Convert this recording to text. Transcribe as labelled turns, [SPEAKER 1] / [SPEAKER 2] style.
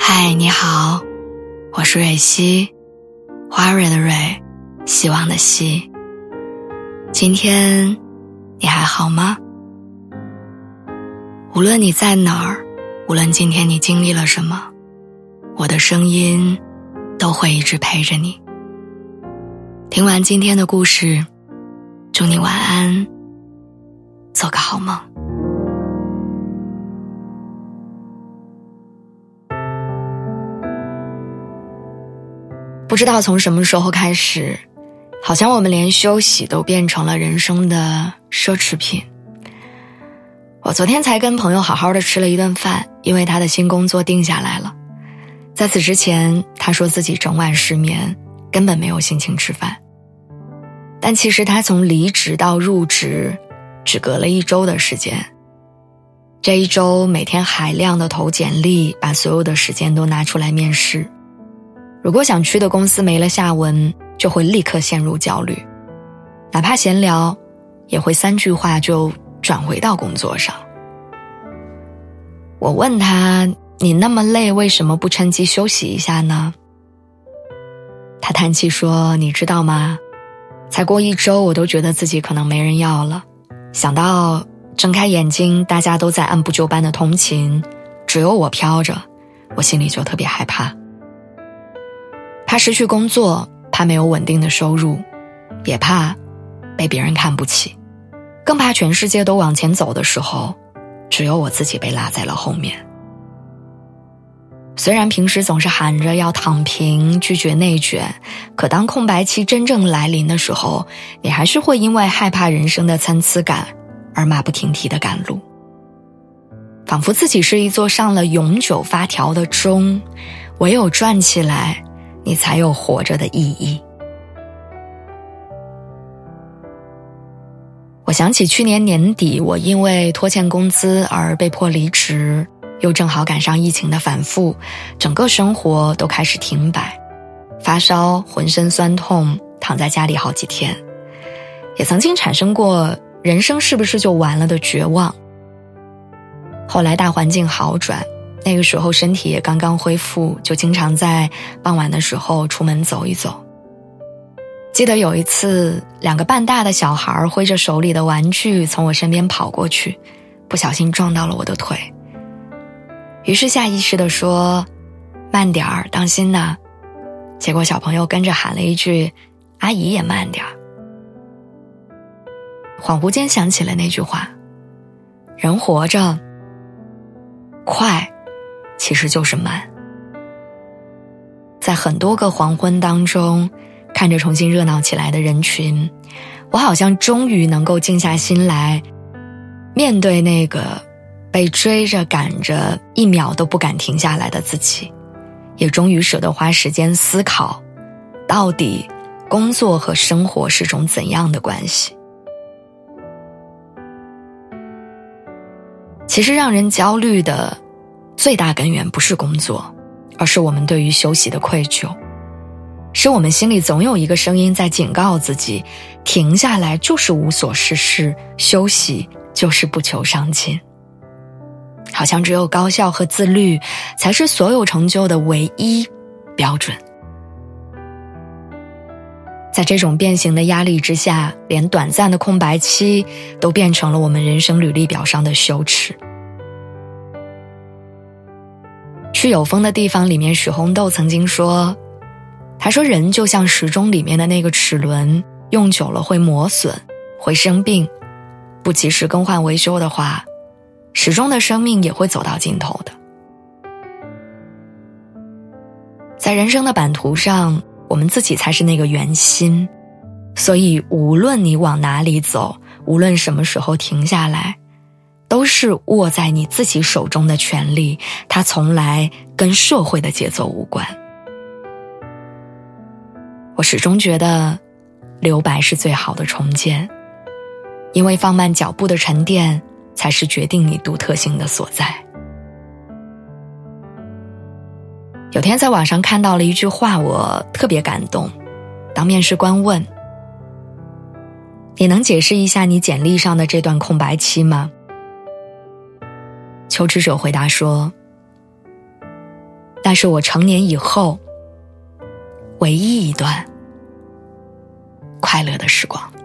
[SPEAKER 1] 嗨，你好，我是蕊希，花蕊的蕊，希望的希。今天你还好吗？无论你在哪儿，无论今天你经历了什么，我的声音都会一直陪着你。听完今天的故事，祝你晚安，做个好梦。不知道从什么时候开始，好像我们连休息都变成了人生的奢侈品。我昨天才跟朋友好好的吃了一顿饭，因为他的新工作定下来了。在此之前，他说自己整晚失眠，根本没有心情吃饭。但其实他从离职到入职，只隔了1周的时间。这1周每天海量的投简历，把所有的时间都拿出来面试。如果想去的公司没了下文，就会立刻陷入焦虑，哪怕闲聊也会3句话就转回到工作上。我问他，你那么累，为什么不趁机休息一下呢？他叹气说，你知道吗，才过1周我都觉得自己可能没人要了，想到睁开眼睛大家都在按部就班的通勤，只有我飘着，我心里就特别害怕。怕失去工作，怕没有稳定的收入，也怕被别人看不起，更怕全世界都往前走的时候，只有我自己被落在了后面。虽然平时总是喊着要躺平，拒绝内卷，可当空白期真正来临的时候，你还是会因为害怕人生的参差感而马不停蹄地赶路。仿佛自己是一座上了永久发条的钟，唯有转起来，你才有活着的意义。我想起去年年底，我因为拖欠工资而被迫离职，又正好赶上疫情的反复，整个生活都开始停摆，发烧，浑身酸痛，躺在家里好几天。也曾经产生过人生是不是就完了的绝望。后来大环境好转，那个时候身体也刚刚恢复，就经常在傍晚的时候出门走一走。记得有一次，2个半大的小孩挥着手里的玩具从我身边跑过去，不小心撞到了我的腿。于是下意识地说，慢点儿，当心呐。结果小朋友跟着喊了一句，阿姨也慢点儿。恍惚间想起了那句话，人活着，快其实就是慢。在很多个黄昏当中，看着重新热闹起来的人群，我好像终于能够静下心来，面对那个被追着赶着1秒都不敢停下来的自己，也终于舍得花时间思考，到底工作和生活是种怎样的关系。其实让人焦虑的最大根源不是工作，而是我们对于休息的愧疚，是我们心里总有一个声音在警告自己，停下来就是无所事事，休息就是不求上进。好像只有高效和自律才是所有成就的唯一标准。在这种变形的压力之下，连短暂的空白期都变成了我们人生履历表上的羞耻。去有风的地方里面，许红豆曾经说，他说人就像时钟里面的那个齿轮，用久了会磨损，会生病，不及时更换维修的话，时钟的生命也会走到尽头的。在人生的版图上，我们自己才是那个圆心，所以无论你往哪里走，无论什么时候停下来，都是握在你自己手中的权利，它从来跟社会的节奏无关。我始终觉得留白是最好的重建，因为放慢脚步的沉淀才是决定你独特性的所在。有天在网上看到了一句话，我特别感动。当面试官问，你能解释一下你简历上的这段空白期吗？求职者回答说， 那是我成年以后唯一一段快乐的时光。